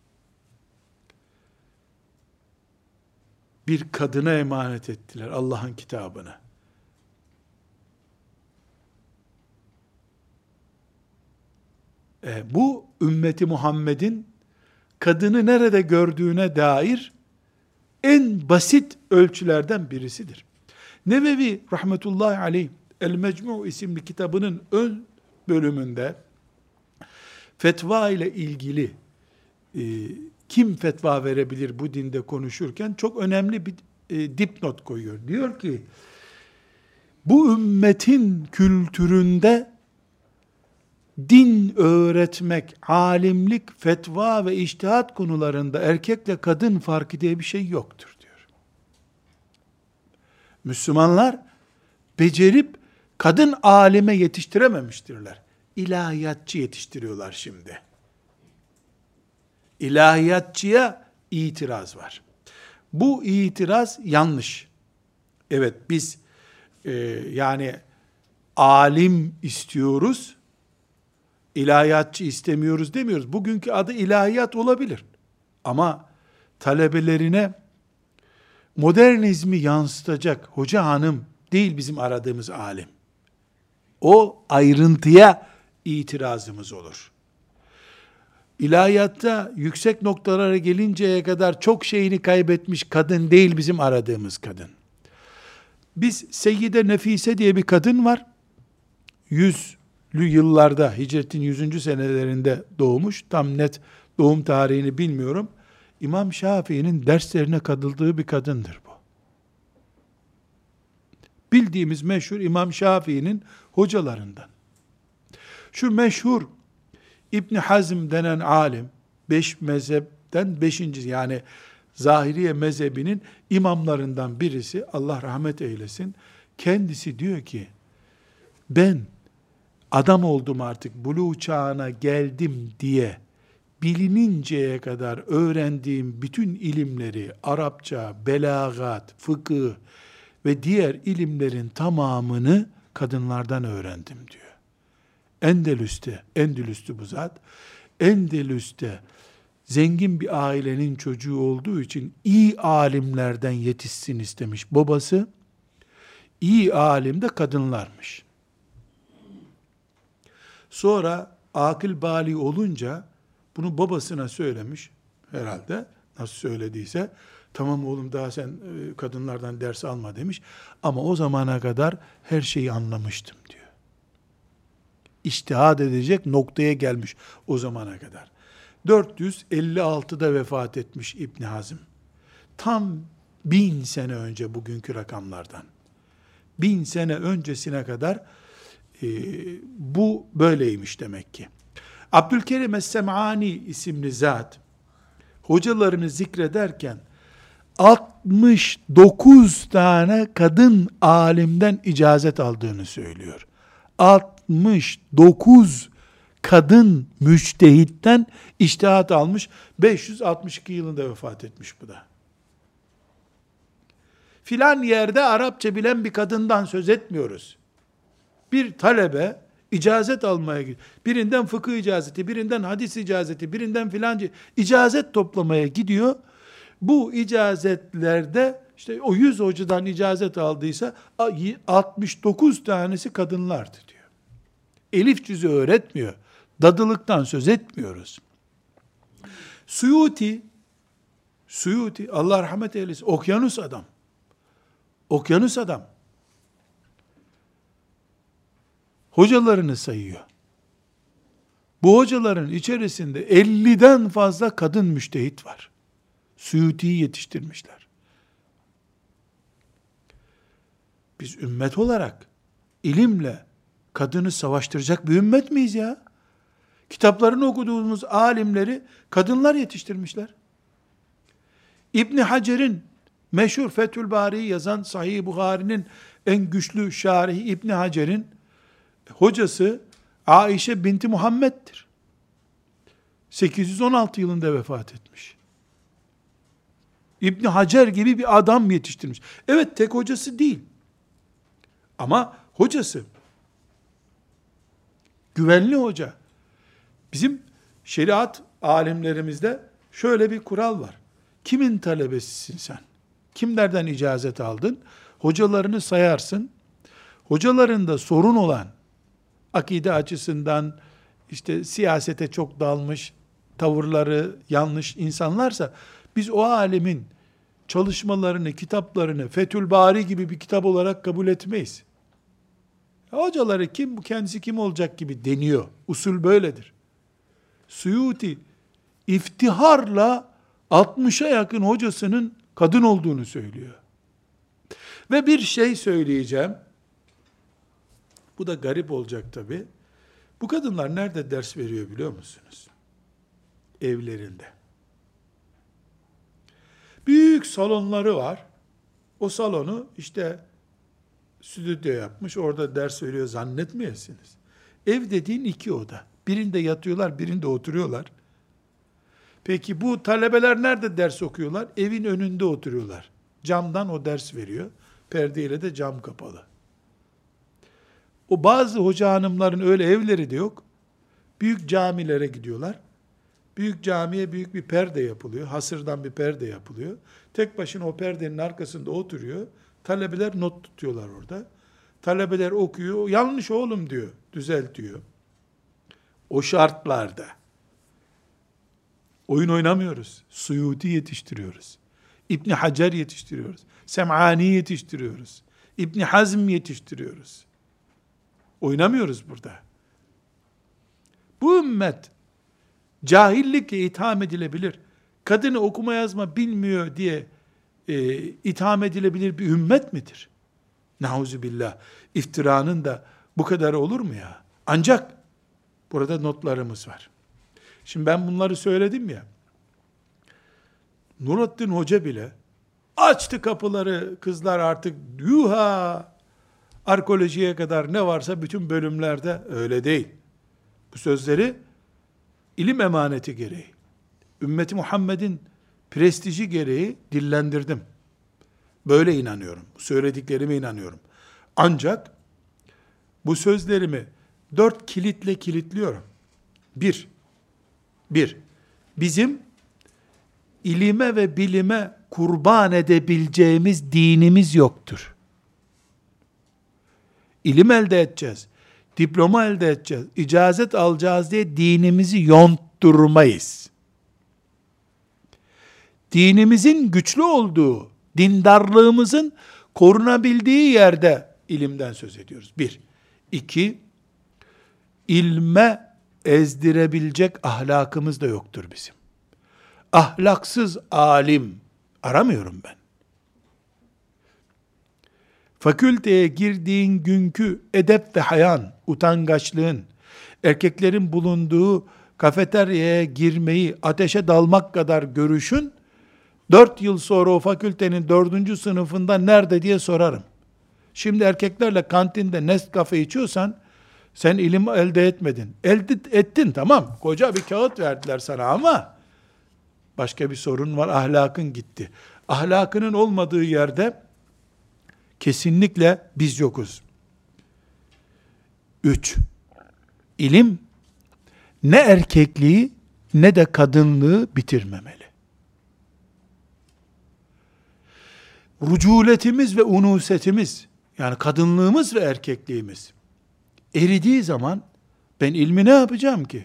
A: Bir kadına emanet ettiler Allah'ın kitabını. Bu ümmeti Muhammed'in kadını nerede gördüğüne dair en basit ölçülerden birisidir. Nevevi rahmetullahi aleyh El Mecmu isimli kitabının ön bölümünde fetva ile ilgili kim fetva verebilir bu dinde konuşurken çok önemli bir dipnot koyuyor. Diyor ki, bu ümmetin kültüründe din öğretmek, alimlik, fetva ve içtihat konularında erkekle kadın farkı diye bir şey yoktur diyor. Müslümanlar becerip kadın alime yetiştirememiştirler. İlahiyatçı yetiştiriyorlar şimdi. İlahiyatçıya itiraz var. Bu itiraz yanlış. Evet, biz yani alim istiyoruz, ilahiyatçı istemiyoruz demiyoruz. Bugünkü adı ilahiyat olabilir. Ama talebelerine modernizmi yansıtacak hoca hanım değil bizim aradığımız alim. O ayrıntıya itirazımız olur. İlahiyatta yüksek noktalara gelinceye kadar çok şeyini kaybetmiş kadın değil bizim aradığımız kadın. Biz Seyyide Nefise diye bir kadın var. 100'lü yıllarda, hicretin 100. senelerinde doğmuş. Tam net doğum tarihini bilmiyorum. İmam Şafii'nin derslerine katıldığı bir kadındır bu. Bildiğimiz meşhur İmam Şafii'nin hocalarından. Şu meşhur İbn Hazm denen alim, 5 mezhepten 5. yani Zahiriye mezhebinin imamlarından birisi, Allah rahmet eylesin, kendisi diyor ki, ben adam oldum artık, buluğ çağına geldim diye bilininceye kadar öğrendiğim bütün ilimleri, Arapça, belagat, fıkıh ve diğer ilimlerin tamamını kadınlardan öğrendim diyor. Endülüs'tü bu zat. Endülüs'te zengin bir ailenin çocuğu olduğu için iyi alimlerden yetişsin istemiş babası. İyi alim de kadınlarmış. Sonra akıl bali olunca bunu babasına söylemiş herhalde. Nasıl söylediyse, tamam oğlum daha sen kadınlardan ders alma demiş. Ama o zamana kadar her şeyi anlamıştım diyor. İçtihad edecek noktaya gelmiş o zamana kadar. 456'da vefat etmiş İbn Hazm. Tam 1000 sene önce bugünkü rakamlardan. 1000 sene öncesine kadar bu böyleymiş demek ki. Abdülkerim Es-Sem'ani isimli zat, hocalarını zikrederken 69 tane kadın alimden icazet aldığını söylüyor. 69 kadın müçtehitten içtihat almış, 562 yılında vefat etmiş bu da. Filan yerde Arapça bilen bir kadından söz etmiyoruz. Bir talebe icazet almaya gidiyor. Birinden fıkıh icazeti, birinden hadis icazeti, birinden filancı icazet toplamaya gidiyor. Bu icazetlerde işte o 100 hocadan icazet aldıysa 69 tanesi kadınlardı diyor. Elif cüzü öğretmiyor. Dadılıktan söz etmiyoruz. Suyuti Allah rahmet eylesin, okyanus adam. Okyanus adam. Hocalarını sayıyor. Bu hocaların içerisinde 50'den fazla kadın müştehit var. Suyuti'yi yetiştirmişler. Biz ümmet olarak ilimle kadını savaştıracak bir ümmet miyiz ya? Kitaplarını okuduğumuz alimleri kadınlar yetiştirmişler. İbn Hacer'in meşhur Fethül Bari'yi yazan Sahih Buhari'nin en güçlü şarihi İbn Hacer'in hocası Aişe binti Muhammed'dir. 816 yılında vefat etmiş. İbn Hacer gibi bir adam yetiştirmiş. Evet, tek hocası değil. Ama hocası. Güvenli hoca. Bizim şeriat alimlerimizde şöyle bir kural var. Kimin talebesisin sen? Kimlerden icazet aldın? Hocalarını sayarsın. Hocalarında sorun olan, akide açısından işte siyasete çok dalmış, tavırları yanlış insanlarsa, biz o alemin çalışmalarını, kitaplarını Fethül Bari gibi bir kitap olarak kabul etmeyiz. Hocaları kim, bu kendisi kim olacak gibi deniyor. Usul böyledir. Suyuti iftiharla 60'a yakın hocasının kadın olduğunu söylüyor. Ve bir şey söyleyeceğim. Bu da garip olacak tabii. Bu kadınlar nerede ders veriyor biliyor musunuz? Evlerinde. Büyük salonları var. O salonu işte stüdyo yapmış, orada ders veriyor zannetmeyesiniz. Ev dediğin 2 oda. Birinde yatıyorlar, birinde oturuyorlar. Peki bu talebeler nerede ders okuyorlar? Evin önünde oturuyorlar. Camdan o ders veriyor. Perdeyle de cam kapalı. O bazı hoca hanımların öyle evleri de yok. Büyük camilere gidiyorlar. Büyük camiye büyük bir perde yapılıyor. Hasırdan bir perde yapılıyor. Tek başına o perdenin arkasında oturuyor. Talebeler not tutuyorlar orada. Talebeler okuyor. Yanlış oğlum diyor. Düzelt diyor. O şartlarda oyun oynamıyoruz. Suyuti yetiştiriyoruz. İbn Hacer yetiştiriyoruz. Sem'ani yetiştiriyoruz. İbn Hazm yetiştiriyoruz. Oynamıyoruz burada. Bu ümmet cahillikle itham edilebilir. Kadını okuma yazma bilmiyor diye itham edilebilir bir ümmet midir? Nauzubillah. İftiranın da bu kadar olur mu ya? Ancak burada notlarımız var. Şimdi ben bunları söyledim ya. Nurattin Hoca bile açtı kapıları, kızlar artık yuha, arkeolojiye kadar ne varsa bütün bölümlerde öyle değil. Bu sözleri ilim emaneti gereği, ümmeti Muhammed'in prestiji gereği dillendirdim. Böyle inanıyorum. Bu söylediklerime inanıyorum. Ancak bu sözlerimi 4 kilitle kilitliyorum. Bir, bizim ilime ve bilime kurban edebileceğimiz dinimiz yoktur. İlim elde edeceğiz, diploma elde edeceğiz, icazet alacağız diye dinimizi yontturmayız. Dinimizin güçlü olduğu, dindarlığımızın korunabildiği yerde ilimden söz ediyoruz. 1. 2. İlme ezdirebilecek ahlakımız da yoktur bizim. Ahlaksız alim aramıyorum ben. Fakülteye girdiğin günkü edep ve hayan, utangaçlığın, erkeklerin bulunduğu kafeteryaya girmeyi ateşe dalmak kadar görüşün, 4 yıl sonra o fakültenin 4. sınıfında nerede diye sorarım. Şimdi erkeklerle kantinde Nescafe içiyorsan, sen ilim elde etmedin. Elde ettin, tamam. Koca bir kağıt verdiler sana ama başka bir sorun var. Ahlakın gitti. Ahlakının olmadığı yerde kesinlikle biz yokuz. 3. İlim ne erkekliği ne de kadınlığı bitirmemeli. Rüculetimiz ve unusetimiz, yani kadınlığımız ve erkekliğimiz eridiği zaman ben ilmi ne yapacağım ki?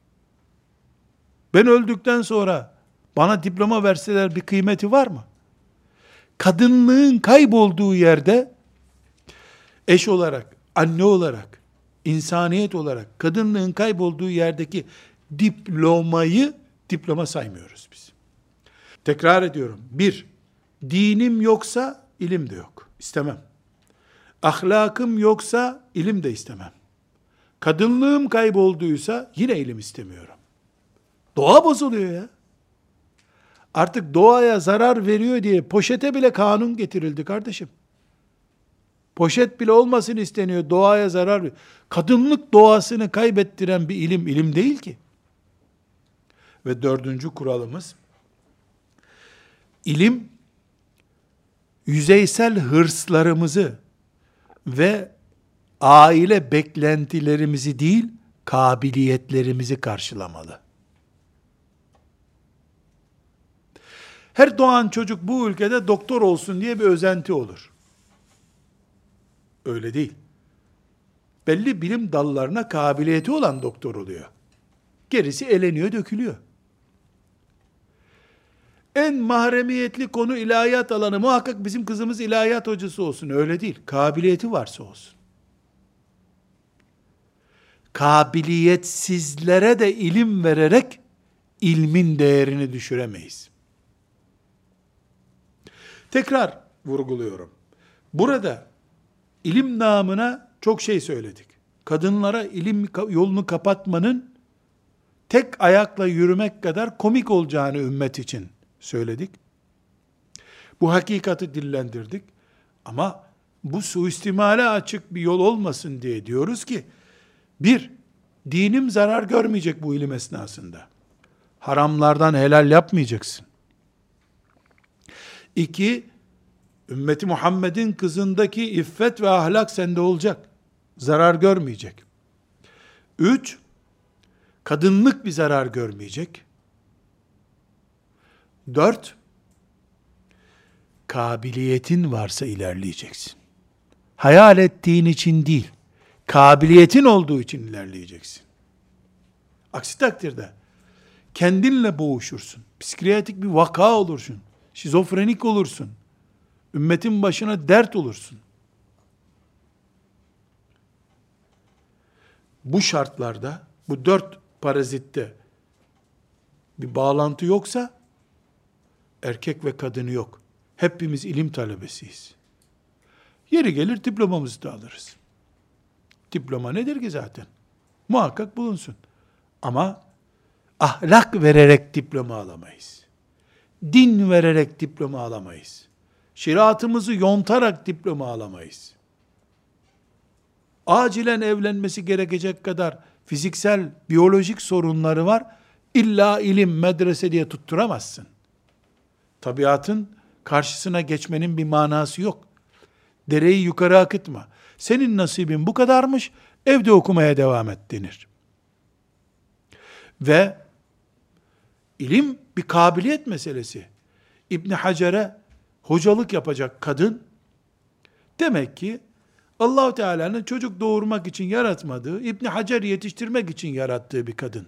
A: Ben öldükten sonra bana diploma verseler bir kıymeti var mı? Kadınlığın kaybolduğu yerde eş olarak, anne olarak, insaniyet olarak kadınlığın kaybolduğu yerdeki diplomayı diploma saymıyoruz biz. Tekrar ediyorum. 1. Dinim yoksa ilim de yok. İstemem. Ahlakım yoksa ilim de istemem. Kadınlığım kaybolduysa yine ilim istemiyorum. Doğa bozuluyor ya. Artık doğaya zarar veriyor diye poşete bile kanun getirildi kardeşim. Poşet bile olmasın isteniyor, doğaya zarar veriyor. Kadınlık doğasını kaybettiren bir ilim, ilim değil ki. Ve 4. kuralımız, ilim, yüzeysel hırslarımızı ve aile beklentilerimizi değil, kabiliyetlerimizi karşılamalı. Her doğan çocuk bu ülkede doktor olsun diye bir özenti olur. Öyle değil. Belli bilim dallarına kabiliyeti olan doktor oluyor. Gerisi eleniyor, dökülüyor. En mahremiyetli konu ilahiyat alanı. Muhakkak bizim kızımız ilahiyat hocası olsun. Öyle değil. Kabiliyeti varsa olsun. kabiliyetsizlere de ilim vererek ilmin değerini düşüremeyiz. Tekrar vurguluyorum. Burada ilim namına çok şey söyledik. Kadınlara ilim yolunu kapatmanın tek ayakla yürümek kadar komik olacağını ümmet için söyledik. Bu hakikati dillendirdik. Ama bu suistimale açık bir yol olmasın diye diyoruz ki, bir, dinim zarar görmeyecek bu ilim esnasında. Haramlardan helal yapmayacaksın. İki, ümmeti Muhammed'in kızındaki iffet ve ahlak sende olacak. Zarar görmeyecek. Üç, kadınlık bir zarar görmeyecek. Dört, kabiliyetin varsa ilerleyeceksin. Hayal ettiğin için değil, kabiliyetin olduğu için ilerleyeceksin. Aksi takdirde kendinle boğuşursun. Psikiyatrik bir vaka olursun. Şizofrenik olursun. Ümmetin başına dert olursun. Bu şartlarda, bu 4 parazitte bir bağlantı yoksa, erkek ve kadını yok. Hepimiz ilim talebesiyiz. Yeri gelir diplomamızı da alırız. Diploma nedir ki zaten? Muhakkak bulunsun. Ama ahlak vererek diploma alamayız. Din vererek diploma alamayız. Şeriatımızı yontarak diploma alamayız. Acilen evlenmesi gerekecek kadar fiziksel, biyolojik sorunları var. İlla ilim, medrese diye tutturamazsın. Tabiatın karşısına geçmenin bir manası yok. Dereyi yukarı akıtma. Senin nasibin bu kadarmış, evde okumaya devam et denir. Ve ilim bir kabiliyet meselesi. İbn Hacer'e hocalık yapacak kadın, demek ki Allah-u Teala'nın çocuk doğurmak için yaratmadığı, İbn Hacer yetiştirmek için yarattığı bir kadın.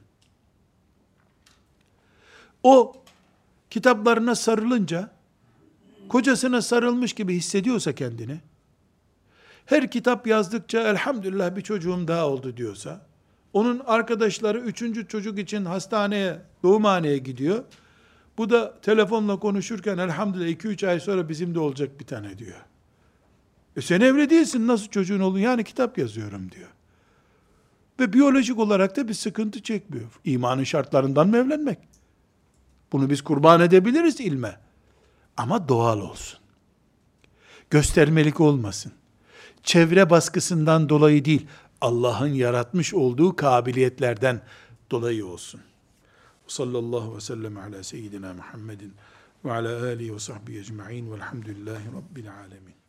A: O kitaplarına sarılınca, kocasına sarılmış gibi hissediyorsa kendini, her kitap yazdıkça elhamdülillah bir çocuğum daha oldu diyorsa, onun arkadaşları 3. çocuk için hastaneye, doğumhaneye gidiyor. Bu da telefonla konuşurken elhamdülillah 2-3 ay sonra bizim de olacak bir tane diyor. Sen evli değilsin, nasıl çocuğun olur? Yani kitap yazıyorum diyor. Ve biyolojik olarak da bir sıkıntı çekmiyor. İmanın şartlarından mı evlenmek? Bunu biz kurban edebiliriz ilme. Ama doğal olsun. Göstermelik olmasın. Çevre baskısından dolayı değil, Allah'ın yaratmış olduğu kabiliyetlerden dolayı olsun. Sallallahu ve sellem ala seyyidina Muhammedin ve ala alihi ve sahbihi ecma'in velhamdülillahi rabbil alemin.